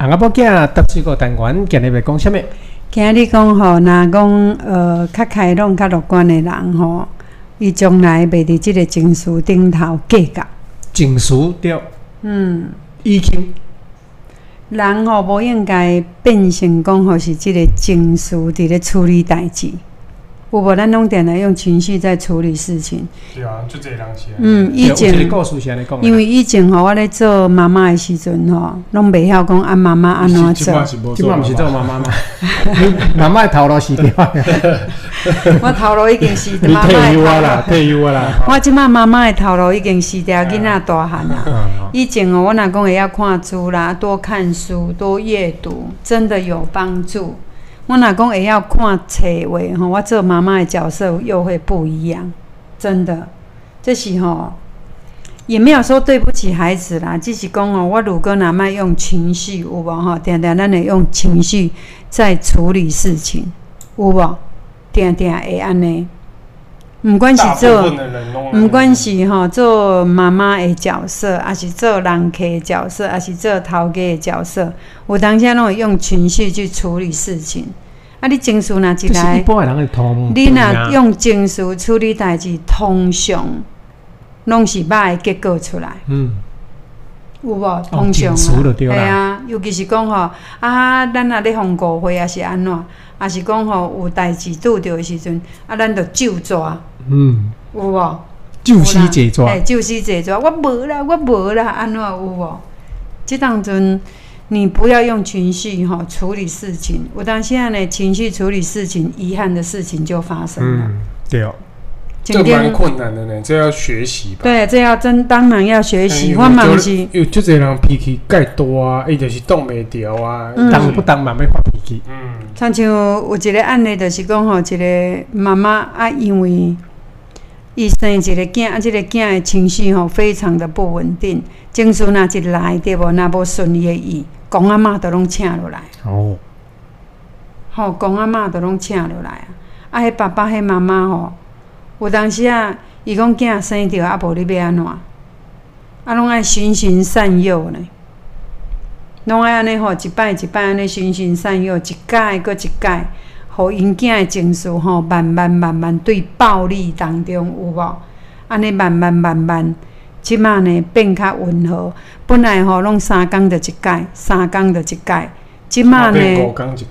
行啊，要囝搭水果单元，今日要讲什么？ 今日讲吼，若讲较开朗、较乐观的人吼，伊将来袂伫即个情绪顶头计较。 情绪对，EQ。 人吼无应该变成讲吼是即个情绪伫咧处理代志。有无？咱拢定来用情绪在处理事情。 对啊，就这人是。 以前有一个故事是安尼讲。 因为以前吼，我咧做妈妈的时阵吼，拢袂晓讲按妈妈安怎做。 即摆毋是做妈妈嘛？妈妈的头路死掉。 我头路已经死掉。 你退休啊啦，退休啊啦。 我即摆妈妈的头路已经死掉，囡仔大汉啦。以前哦，我若讲会晓看书啦，多看书，多阅读，真的有帮助。我若讲会晓看册话吼，我做妈妈的角色又会不一样，真的。这是吼，也没有说对不起孩子啦，只是讲哦，我如果若莫用情绪，有无吼？定定咱会用情绪在处理事情，有无？定定会安尼。毋管是做妈妈的角色，还是做人客的角色，还是做头家的角色，有当时拢会用情绪去处理事情。啊，你情绪若一来，你若用情绪处理代志，通常拢是歹的结果出来。有无？通常系啊，尤其是讲吼咱若咧互误会，还是安怎？也是讲吼，有代志拄着的时阵，咱就就抓。有无？ 就死坐抓。 就死坐抓。我无啦，安怎有无？即当阵，你不要用情绪吼处理事情。有当现在呢，情绪处理事情，遗憾的事情就发生了。 对哦。 这蛮困难的呢，这要学习吧。 对，这要当然要学习。我嘛是有足侪人脾气介大啊，伊就是挡袂掉啊， 当不当嘛要发脾气。 像有一个案例，就是讲吼，一个妈妈因为伊生一个囝，这个囝的情绪吼非常的不稳定，情绪若一来对无，若无顺利的意，公阿嬷都拢请落来。公阿嬷都拢请落来啊！迄爸爸、迄妈妈吼。有当时伊讲囝生着，无你要安怎？拢爱循循善诱呢，拢爱安尼吼，一摆一摆安尼循循善诱，一届搁一届，互因囝的情绪吼慢慢对暴力当中有无？安尼慢慢，即马呢变较温和，本来吼拢3工就一届，3工就一届。即马呢 5工一届，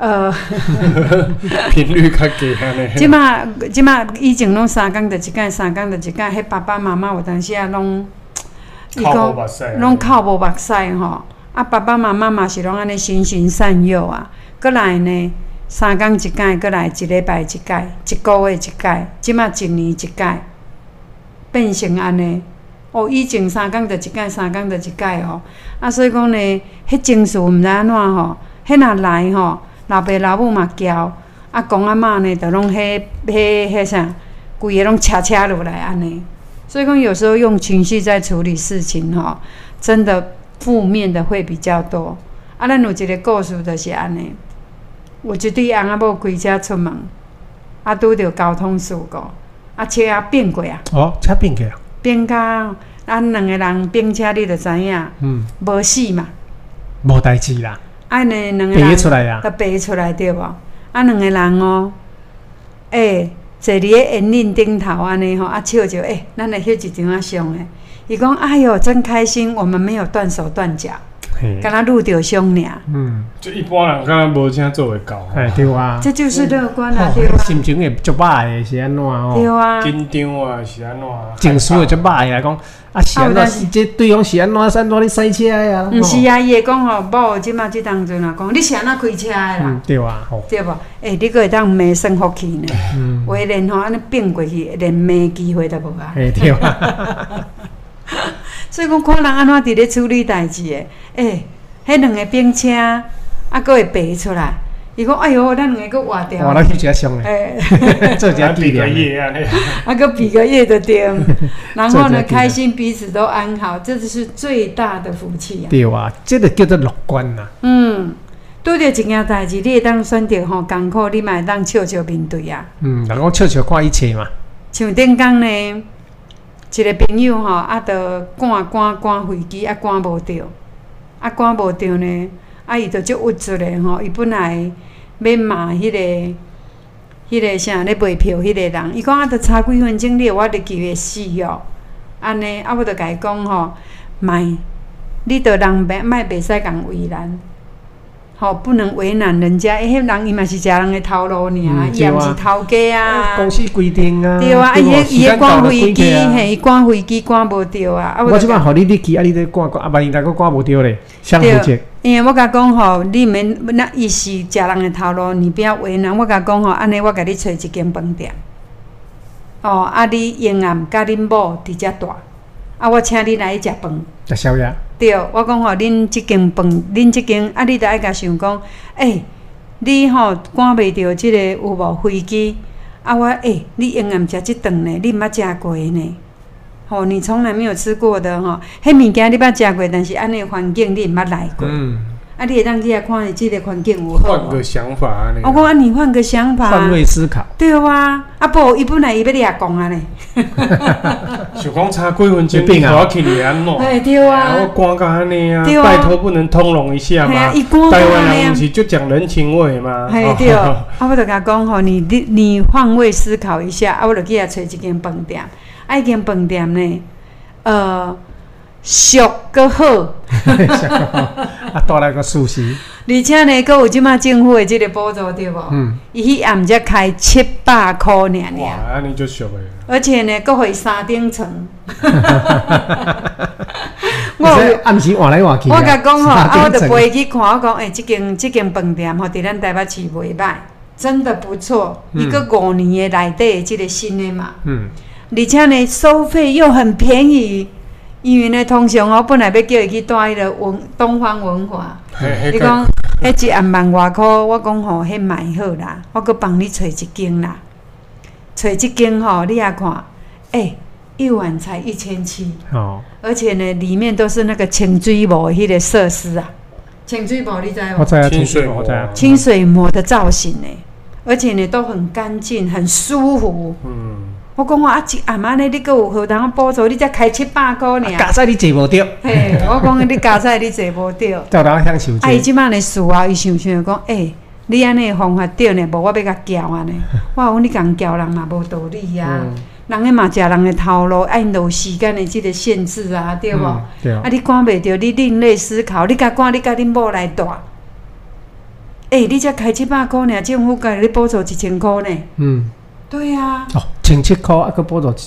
频率较低安尼。 即马以前拢3工就一届，3工就一届，迄爸爸妈妈有当时拢，拢哭无目屎吼。爸爸妈妈嘛是拢安尼循循善诱啊。过来呢，3工一届，过来1礼拜一届，1个月一届，即马1年一届，变成安尼。以前3工就一届，3工就一届哦。所以讲呢，迄情绪毋知安怎吼，迄若来吼，老爸老母嘛骄，公阿嬷呢，就拢迄啥，规个拢车落来安尼。所以讲，有时候用情绪在处理事情吼，真的负面的会比较多。咱有一个故事就是安尼，有一对翁仔某开车出门，拄着交通事故，车变过啊。 车变过啊。 变甲咱两个人变车，你就知影，无死嘛， 无代志啦。 呢，两个人爬出来啊， 都爬出来对无？两个人哦，坐伫个烟领顶头安尼吼，笑着咱来翕一张相诶。伊讲：“哎哟，真开心，我们没有断手断脚。”敢若录着伤尔。 就一般人敢若无啥做会到。 对啊。 这就是乐观啊，对啊。 心情会足歹的是安怎哦？ 对啊。 紧张啊是安怎？ 情绪会足歹啊，讲是安怎？这对方是安怎你塞车呀？ 毋是啊，伊会讲吼，某即马即当阵啊，讲你是安怎开车的啦？ 对啊， 对无？你个会当骂算福气呢？话连吼安尼变过去，连骂机会都无啊。 对啊。 所以讲，看人安怎伫咧处理代志的，迄两个变车，搁会爬出来。伊讲：“哎哟，咱两个搁活掉。” 咱翕一下相诶，做一下纪念。 搁比个耶就对。然后呢，开心彼此都安好，这就是最大的福气啊。 对啊，这个叫做乐观呐。 拄着一件代志，你会当选择吼艰苦，你嘛会当笑笑面对啊。 人讲笑看一切嘛。 像顶工呢。一个朋友吼，就赶飞机，赶无着，赶无着呢， 啊，伊就足郁卒的吼，伊本来要骂迄个啥咧卖票迄个人，伊讲啊，着差几分钟，我就记会死哦。安尼，啊，我着甲伊讲吼，卖，你着人袂使共为难。吼，不能为难人家，迄人伊嘛是食人的头路尔，伊也毋是头家啊。 公司规定啊。 对啊，伊咧赶飞机，嘿，伊赶飞机赶无着啊。 我即摆互你记，啊，你咧赶，啊，万一若佫赶无着咧，相负责。 因为我甲讲吼，你免那伊是食人的头路，你不要为难。我甲讲吼，安尼我甲你找一间饭店。哦，啊，你沿岸甲恁某伫遮住，啊，我请你来食饭。 食宵夜。 对，我讲吼，恁即间饭，恁即间，啊，你着爱甲想讲，你吼赶袂着即个有无飞机？啊，你永远食即顿呢，你毋捌食过呢？吼，你从来没有吃过的吼，迄物件你捌食过，但是安尼环境你毋捌来过。啊，你会当去遐看即个环境有好。 换个想法安尼。 我讲啊，你换个想法。 换位思考。 对啊，啊不，伊本来伊要掠讲啊呢。 想讲差几分钟，你我去你安怎？ 哎，对啊。 我赶到安尼啊， 拜托不能通融一下吗？台湾人不是就讲人情味吗？ 嘿对，啊我就甲讲吼，你换位思考一下，啊我就去遐找一间饭店，啊，迄间饭店呢，俗阁好， 啊，带来个舒适。 而且呢，阁有即马政府的即个补助对无？伊迄暗才开700块尔。 哇，安尼就俗诶。 而且呢，阁互伊3顶床。 我暗时换来换去。 我甲讲吼，啊，我就飞去看，我讲即间饭店吼，伫咱台北市袂歹，真的不错。伊阁5年的内底的即个新的嘛。而且呢，收费又很便宜。因为呢，通常我本来要叫伊去带迄个东方文化，伊讲迄一暗万外箍，我讲吼，迄卖好啦，我阁帮你找一间啦，找一间吼，你也看，一晚才1700，而且呢，里面都是那个清水模迄个设施啊，清水模你知无？ 我知啊， 清水模， 清水模的造型呢，而且呢都很干净，很舒服。我讲啊，一暗安尼，你阁有互人补助，你才开700块尔。 加赛你坐无着。 嘿，我讲你加赛你坐无着。 照人享受。 啊，伊即摆呢事后伊想讲，你安尼方法对呢，无我要甲教安尼。我讲你共教人嘛无道理啊。人个嘛食人的头路，因有时间的即个限制啊，对无？ 对。 啊，你赶袂着，你另类思考，你甲赶，你甲恁某来住。你才开700块尔，政府甲你补助1000块呢。对啊。 哦，1700块，啊，佮补助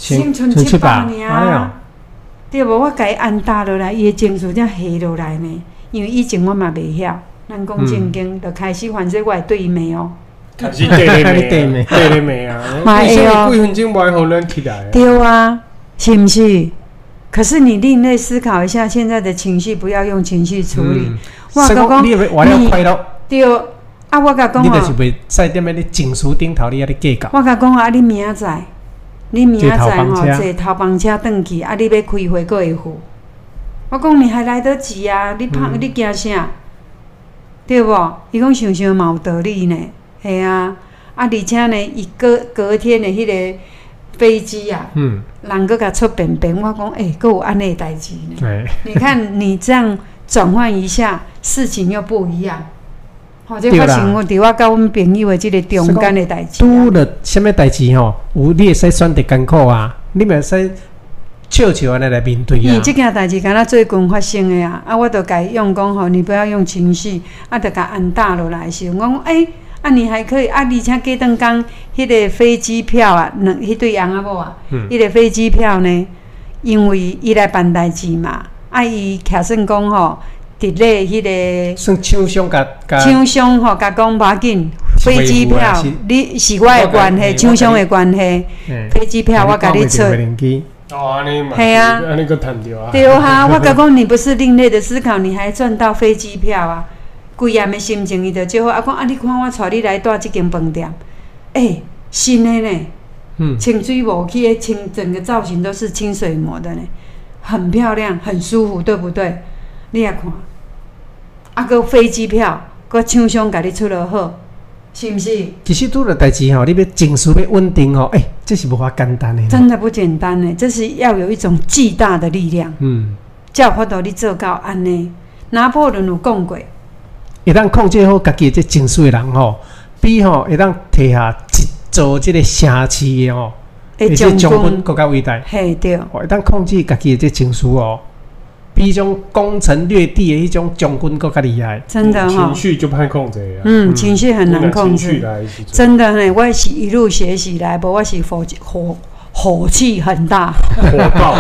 1700 尔。对无？我甲伊安搭落来，伊的情绪才下落来呢。因为以前我嘛袂晓，咱讲正经，就开始反正我会对伊骂哦。 开始对咧骂啊！ 嘛会哦。 几分钟无互咱起来。 对啊，是毋是？可是你另类思考一下，现在的情绪不要用情绪处理。 我讲你为了快乐。 对。啊，我甲讲你就是袂使踮咧你情绪顶头，你遐咧计较。 我甲讲啊，你明仔载吼，坐头班车转去，啊，你要开会阁会付。我讲你还来得及啊，你你惊啥？对无？伊讲想想嘛有道理呢，系啊。啊，而且呢，伊隔天的迄个飞机啊，人阁甲出便便，我讲阁有安尼代志呢。你看你这样转换一下，事情又不一样。这发生伫我甲阮朋友的即个中间的代志。 拄了什么代志吼？有你会使选择艰苦啊，你袂使笑安尼来面对啊。 伊即件代志敢若最近发生的啊，我就甲伊用讲吼，你不要用情绪，啊，就甲安搭落来时，我讲啊，你还可以啊，而且过顿工迄个飞机票啊，迄对翁仔某啊，迄个飞机票呢，因为伊来办代志嘛，啊，伊徛算讲吼。伫咧迄个算厂商厂商吼，甲讲无要紧，飞机票你是我的关系，厂商的关系，飞机票我甲你出。 哦，安尼嘛， 系啊， 安尼个赚着啊。 对啊，我甲讲你不是另类的思考，你还赚到飞机票啊！规暗的心情伊就最好。啊，讲啊，你看我带你来住即间饭店，新的呢，清水模去的整个造型都是清水模的呢，很漂亮，很舒服，对不对？你来看。啊，搁飞机票，搁厂商甲你出落好，是毋是？ 其实拄着代志吼，你要情绪要稳定吼，这是无法简单的。 真的不简单呢，这是要有一种巨大的力量。才有法度你做到安尼。拿破仑有讲过， 会当控制好家己这情绪的人吼，比吼会当摕下一座这个城市的吼，而且将军更加伟大。 嘿对， 会当控制家己的这情绪哦，比迄种攻城略地的迄种将军更加厉害。 真的情绪就歹控制啊。 情绪很难控制。真的呢，我是一路学习来，不，我是火气很大， 火爆，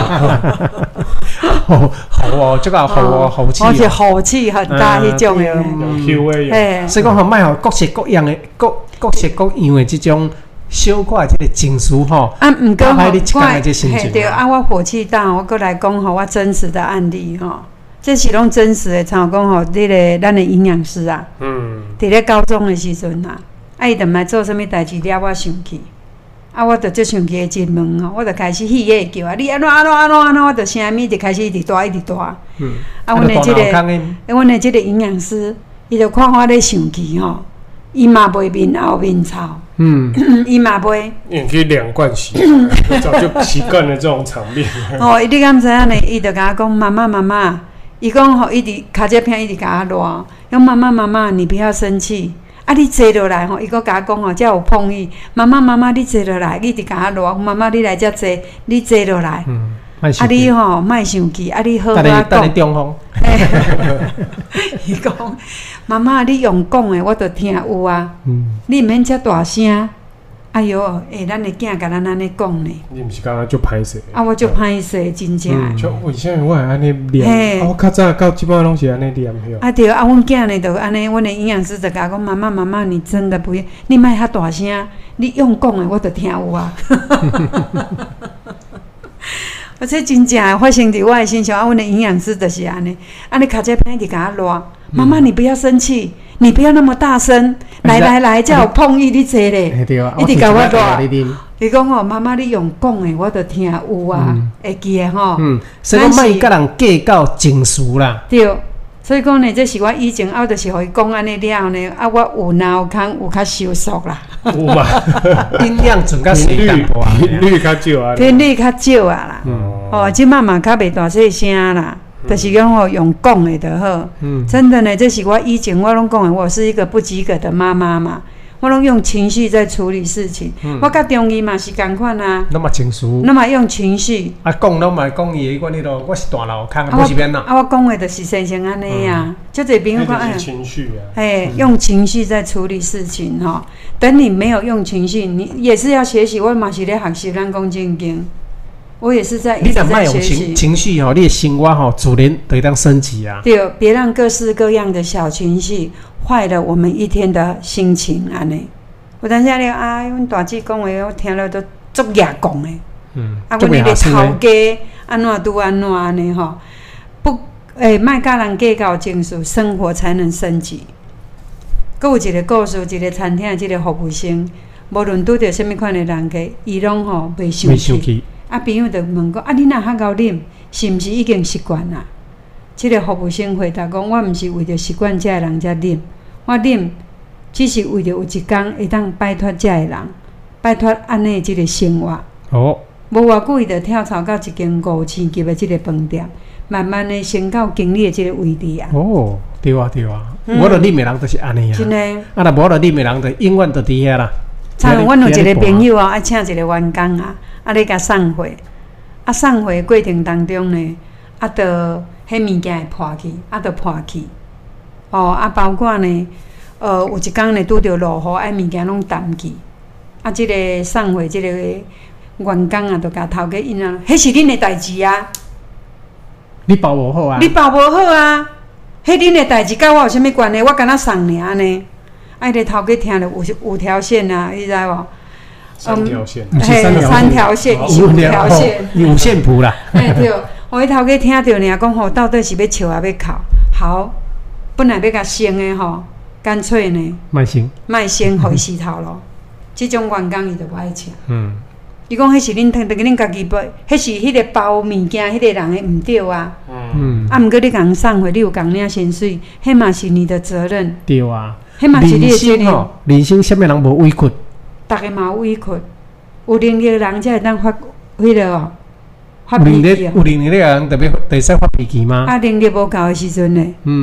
这个火气， 而且火气很大迄种的。 所以讲吼，卖吼各式各样的各式各样的这种小可的这个情绪吼， 毋过吼， 对啊，我火气大，我过来讲吼，我真实的案例吼，这是拢真实的。像讲吼，这个咱的营养师啊，伫咧高中的时阵啊，伊就毋知做啥物代志了，我生气。啊！我就最生气的一问吼，我就开始气个叫啊！你安怎，我就声咪就开始一直大。啊，阮的即个营养师，伊就看我咧生气吼，伊嘛袂面后面臭。伊嘛袂。 你可以2罐洗，早就习惯了这种场面。 哦，你敢知影呢？伊就甲我讲妈妈，伊讲吼，伊伫骹这片一直甲我热，讲妈妈，你不要生气。啊！你坐落来吼，伊阁甲我讲吼，才有碰意。妈妈，你坐落来，你直甲我热。妈妈，你来遮坐，你坐落来。啊！你吼，莫生气。啊！你好好讲。 等你中风。 伊讲，妈妈，你用讲的，我都听有啊。你毋免遮大声。哎哟，咱的囝甲咱安尼讲呢。 你毋是感觉就歹势？ 啊，我就歹势，真正。 就为啥我会安尼念？我较早到即摆拢是安尼念晓。 啊对，啊，阮囝呢就安尼，阮的营养师就甲我讲：妈妈，你真的不要，你莫遐大声，你用讲的我都听有啊。而且真正发生伫我的身上，阮的营养师就是安尼，安尼卡这片一直甲我热。妈妈，你不要生气，你不要那么大声。来，才有碰意你坐咧，一直甲我热。伊讲吼，妈妈你用讲的，我都听有啊，会记的吼。 所以讲莫甲人计较情绪啦。 对，所以讲呢，这是我以前就是互伊讲安尼了后呢，我有脑空有较收缩啦。 有嘛？ 音量准较细淡薄啊， 频率较少啊。 频率较少啊啦。哦，即摆嘛较袂大细声啦。就是讲吼用讲的就好，真的呢，这是我以前我拢讲的，我是一个不及格的妈妈嘛，我拢用情绪在处理事情。我甲中医嘛是共款啊， 那么情绪， 那么用情绪。 啊，讲拢嘛讲伊迄个我是大脑壳，不是变啦。 我讲的就是生成安尼啊，就这朋友讲哎，情绪啊， 用情绪在处理事情哈。等你没有用情绪，你也是要学习。我嘛是咧学习咱讲正经。我也是在一直在学习情绪吼，你的生活吼自然就会当升级啊。 对，别让各式各样的小情绪坏了我们一天的心情安尼。有当时咧阮大姐讲的，我听了都足野讲的。啊，阮迄个头家安怎拄安怎安尼吼，不莫甲人计较情绪，生活才能升级。阁有一个故事，一个餐厅的一个服务生，无论拄着什么款的人客，伊拢吼袂生气。啊，朋友就问讲：啊，你若较敖啉，是毋是已经习惯啦？即个服务生回答讲：我毋是为着习惯遮个人才啉，我啉只是为着有一天会当摆脱遮个人，摆脱安尼即个生活。 哦。 无偌久，伊就跳槽到一间5星级的即个饭店，慢慢的升到经理的即个位置啊。 哦，对啊。我著啉的人都是安尼啊。 真的。 啊，若无著啉的人，就永远著伫遐啦。 像阮有一个朋友爱请一个员工啊。咧甲送货，送货过程当中呢，著迄物件会破去，著破去。包括呢，有一天呢拄着落雨，物件拢淡去。即个送货即个员工啊，著甲头家因啊，迄是恁的代志啊。 你包无好啊？ 你包无好啊？迄恁的代志，甲我有啥物关系？我敢若送尔呢？迄个头家听着有条线啊，你知无 ？3条线， 三条线，5条线， 五线谱啦。 对，我迄头家听到呢，讲吼，到底是要笑还要哭？好，本来要甲升的吼，干脆呢， 莫升， 互伊死头咯。即种员工伊就无爱请。伊讲迄是恁家己包，迄是迄个包物件迄个人的毋对啊。毋过你共送货，你有共领薪水，迄嘛是你的责任。 对啊。 迄嘛是你的责任。 人生啥物人无委屈？ 逐个嘛有委屈，有能力的人才会当发迄个哦，发脾气哦。 有能力的人特别会使发脾气吗？ 能力无够的时阵呢，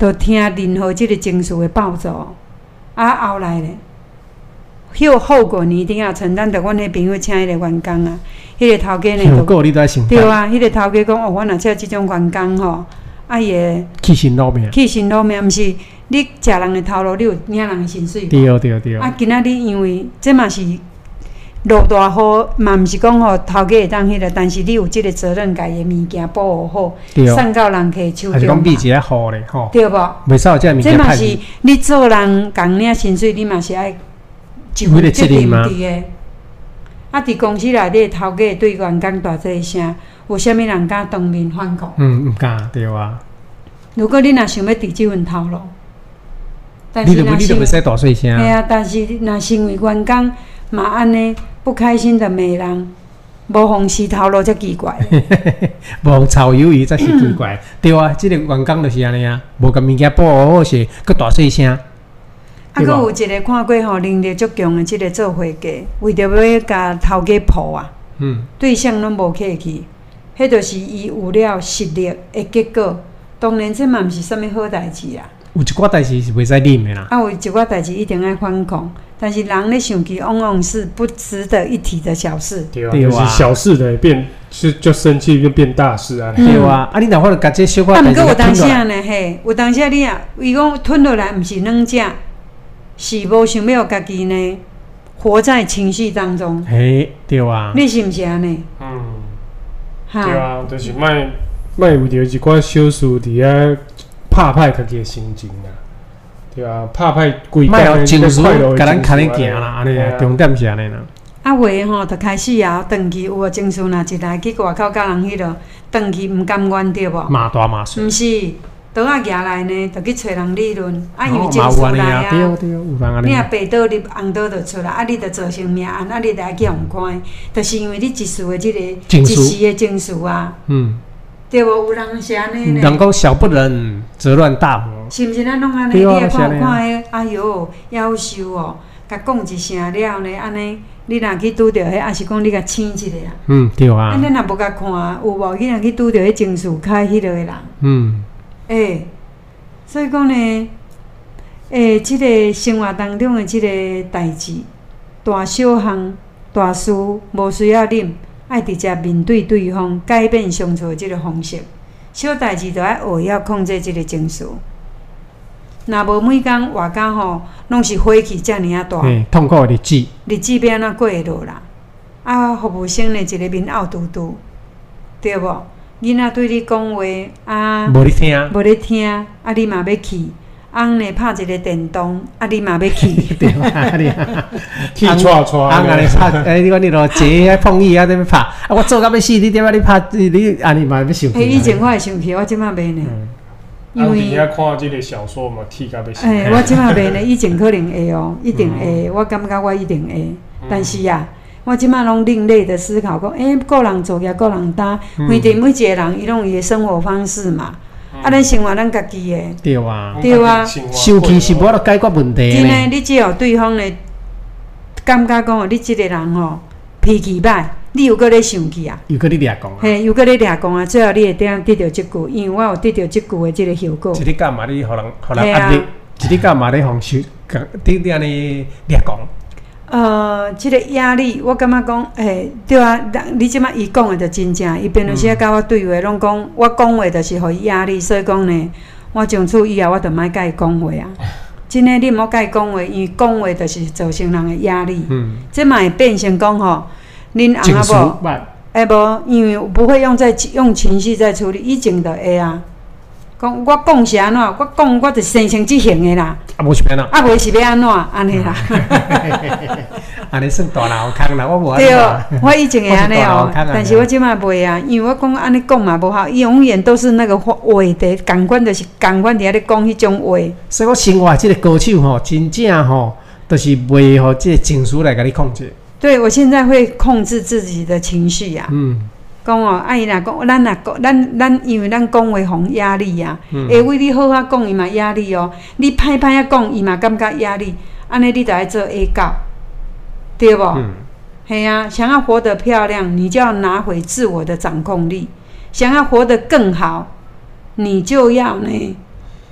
就听任何即个情绪的暴走，后来咧，后果你一定要承担。着阮迄朋友请迄个员工啊，迄个头家呢， 后果你都要承担。 对啊，迄个头家讲，阮若请即种员工吼，伊会弃身落命。 弃身落命，毋是你食人的头路，你有领人的薪水。 对。 今仔日因为这嘛是落大雨，嘛毋是讲吼头家会当迄个，但是你有即个责任，家己物件保护好，送到人客手中。还是讲避一下雨咧，吼。 对无？ 袂使有这物件歹去。这嘛是你做人共领薪水，你嘛是爱一份责任伫个。伫公司内底，头家对员工大细声，有啥物人敢当面反抗？ 毋敢，对啊。 如果你若想要伫即份头路， 你就袂使大细声。 系啊，但是若身为员工嘛安尼不开心的骂人，无风湿头路才奇怪。 无风炒鱿鱼才是奇怪。对啊，即个员工就是安尼啊，无甲物件保护好势，佮大细声。 还有一个看过吼，能力足强的即个做会计，为着要甲头家抱啊，对象拢无客气，迄就是伊有了实力的结果。当然，这嘛毋是啥物好代志啦。 有一寡代志是袂使忍的啦。 有一寡代志一定爱反抗，但是人咧想起往往是不值得一提的小事。 对啊，就是小事的变就生气就变大事啊。 对啊，你若法度甲这小可代志吞落来。 有当时呢，嘿，有当时你啊，伊讲吞落来，毋是软食，是无想要家己呢活在情绪当中。 嘿，对啊。 你是毋是安尼？ 对啊，就是卖为着一寡小事伫遐拍歹家己的心情啦。对啊，拍歹规工的情绪， 甲咱牵咧行啦，安尼啊，重点是安尼啦。 话吼，就开始啊，长期有情绪若一来去外口甲人迄落，长期毋甘愿对无？ 骂大骂小。 毋是。倒啊举来呢，就去找人理论，因为情绪来啊， 对，有人安尼。 你若白倒入红倒就出来，你就造成命案，你就爱去互看，就是因为你一时的即个一时的情绪啊，对无？有人是安尼呢。 人讲小不忍则乱大谋， 是毋是咱拢安尼？你看迄，哎哟，夭寿哦，甲讲一声了呢，安尼，你若去拄着迄，还是讲你甲醒一下啊？ 对啊。 咱若无甲看，有无？你若去拄着迄情绪较迄落的人，所以讲呢，即个生活当中的即个代志，大小项、大事，无需要忍，爱直接面对对方，改变相处的即个方式。小代志就爱学晓控制即个情绪。若无每工外口吼，拢是火气遮尔大， 痛苦的日子， 日子要安怎过会落啦？服务生呢，一个面凹嘟嘟，对无？囡仔对你讲话无咧听， 你嘛要气。翁呢拍一个电动，你嘛要气。 对啊， 气喘喘。 安尼拍，你讲你咯，坐遐碰椅啊，在那拍，我做到要死，你点解你拍？你安尼嘛要生气？ 以前我会生气，我即摆袂呢。 因为伫遐看即个小说嘛，气到要死。 我即摆袂呢，以前可能会哦，一定会，我感觉我一定会，但是啊。我即摆拢另类的思考，讲，个人做业，个人担，每一个人，伊拢有伊的生活方式嘛。咱生活咱家己的。 对啊。 对啊。 生气是无法度解决问题的。 真诶，你只要对方呢，感觉讲你即个人吼脾气歹，你又搁咧生气啊？ 又搁咧掠讲啊？ 嘿，又搁咧掠讲啊！最后你会得到即句，因为我有得到即句的即个效果。 一日干嘛你互人压力？一日干嘛咧互你安尼掠讲？ 即个压力，我感觉讲，对啊，你即摆伊讲的就真正，伊平常时甲我对话，拢讲我讲话就是互伊压力，所以讲呢，我从此以后我就莫甲伊讲话啊。真诶，你莫甲伊讲话，因为讲话就是造成人的压力。这嘛会变成讲吼，恁翁仔某，无，因为不会用情绪在处理，以前就会啊。讲我讲是安怎，我讲我就生成即型的啦。 无是安怎？ 无是要安怎？安尼啦。 安尼算大闹坑啦，我无安尼。对，我以前会安尼哦，但是我即摆袂啊，因为我讲安尼讲嘛无效，伊永远都是那个话的，共款就是共款伫遐咧讲迄种话。 所以我生活即个歌手吼，真正吼，都是袂互即个情绪来甲你控制。 对，我现在会控制自己的情绪啊。讲哦，伊若讲，咱若讲，咱因为咱讲话互压力啊，下位你好好讲伊嘛压力哦，你歹歹啊讲伊嘛感觉压力，安尼你就爱做下教，对无？嘿啊，想要活得漂亮，你就要拿回自我的掌控力；想要活得更好，你就要呢，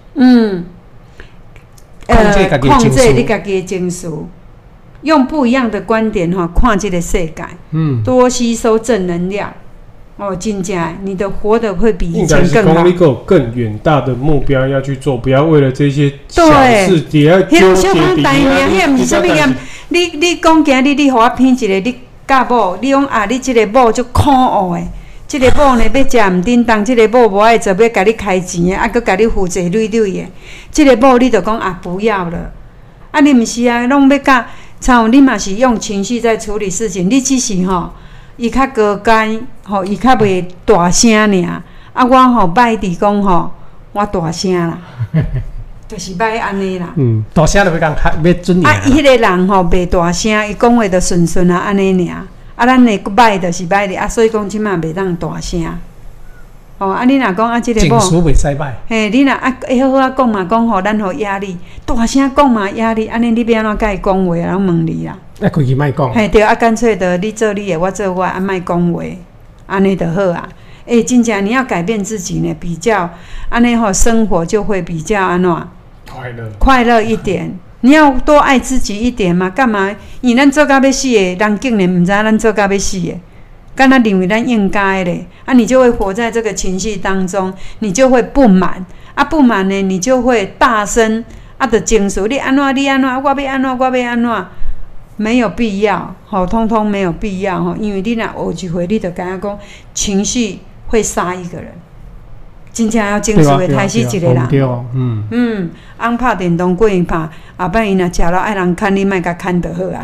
控制你家己的情绪，用不一样的观点看这个世界，多吸收正能量。真正你的活得会比以前更好。 应该是说你有更远大的目标要去做，不要为了这些小事底下纠结。 迄毋是啥物嘢？你讲今日你互我骗一个你嫁某，你讲你即个某足可恶的，即个某呢要食毋叮当，即个某无爱做，要甲你开钱的，佫甲你负债累累的，即个某你就讲不要了。你毋是拢要甲像你嘛是用情绪在处理事情，你只是伊较高干，伊较袂大声尔。我摆伫讲我大声啦，就是摆安尼啦。 大声就要讲要准尔。 迄个人袂大声，伊讲话就顺顺安尼尔。咱的摆就是摆哩，所以讲即马袂当大声。你若讲即个某， 情绪袂使摆。 你若好好讲嘛，讲咱互压力，大声讲嘛压力，安尼你要安怎甲伊讲话啊？问你啦。 开始莫讲。 对，干脆的，你做你的，我做我的，莫讲话，安尼就好啊。真正你要改变自己呢，比较安尼生活就会比较安怎快乐一点。你要多爱自己一点嘛？干嘛？因为咱做到要死的，人竟然毋知咱做到要死的，敢若认为咱应该咧，你就会活在这个情绪当中，你就会不满，不满呢，你就会大声的情绪，你安怎，我要安怎。没有必要，通通没有必要，因为你若学一回，你就感觉讲情绪会杀一个人，真正要情绪会杀死一个人。翁拍电动过瘾拍，后摆伊若食了爱人牵，你莫甲牵就好啊。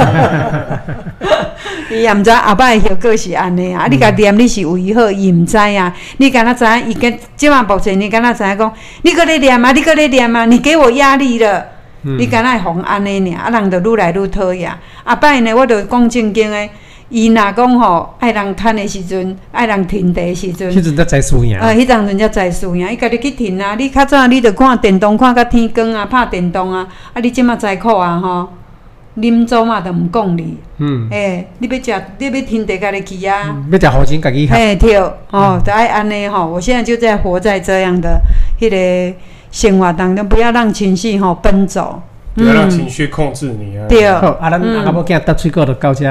伊也毋知后摆的效果是安尼啊！你甲念你是为伊好，伊毋知啊。你敢若知影，伊跟即马目前你敢若知影讲，你搁咧念啊，你给我压力了。你敢若会互安尼尔，人就愈来愈讨厌。后摆呢，我就讲正经的，伊若讲爱人牵的时阵，爱人停的时阵， 迄阵才知输赢。 迄阵才知输赢，伊家己去停啊！你较早你着看电动看到天光啊，拍电动啊，你即马知苦啊啉酒嘛，就毋讲你。你要食，你要停地家己去啊。 要食好钱家己喝。 对，就爱安尼我现在就在活在这样的迄个生活当中，不要让情绪奔走， 不要让情绪控制你啊。 对， 好，咱阿某囝搭水果就到这。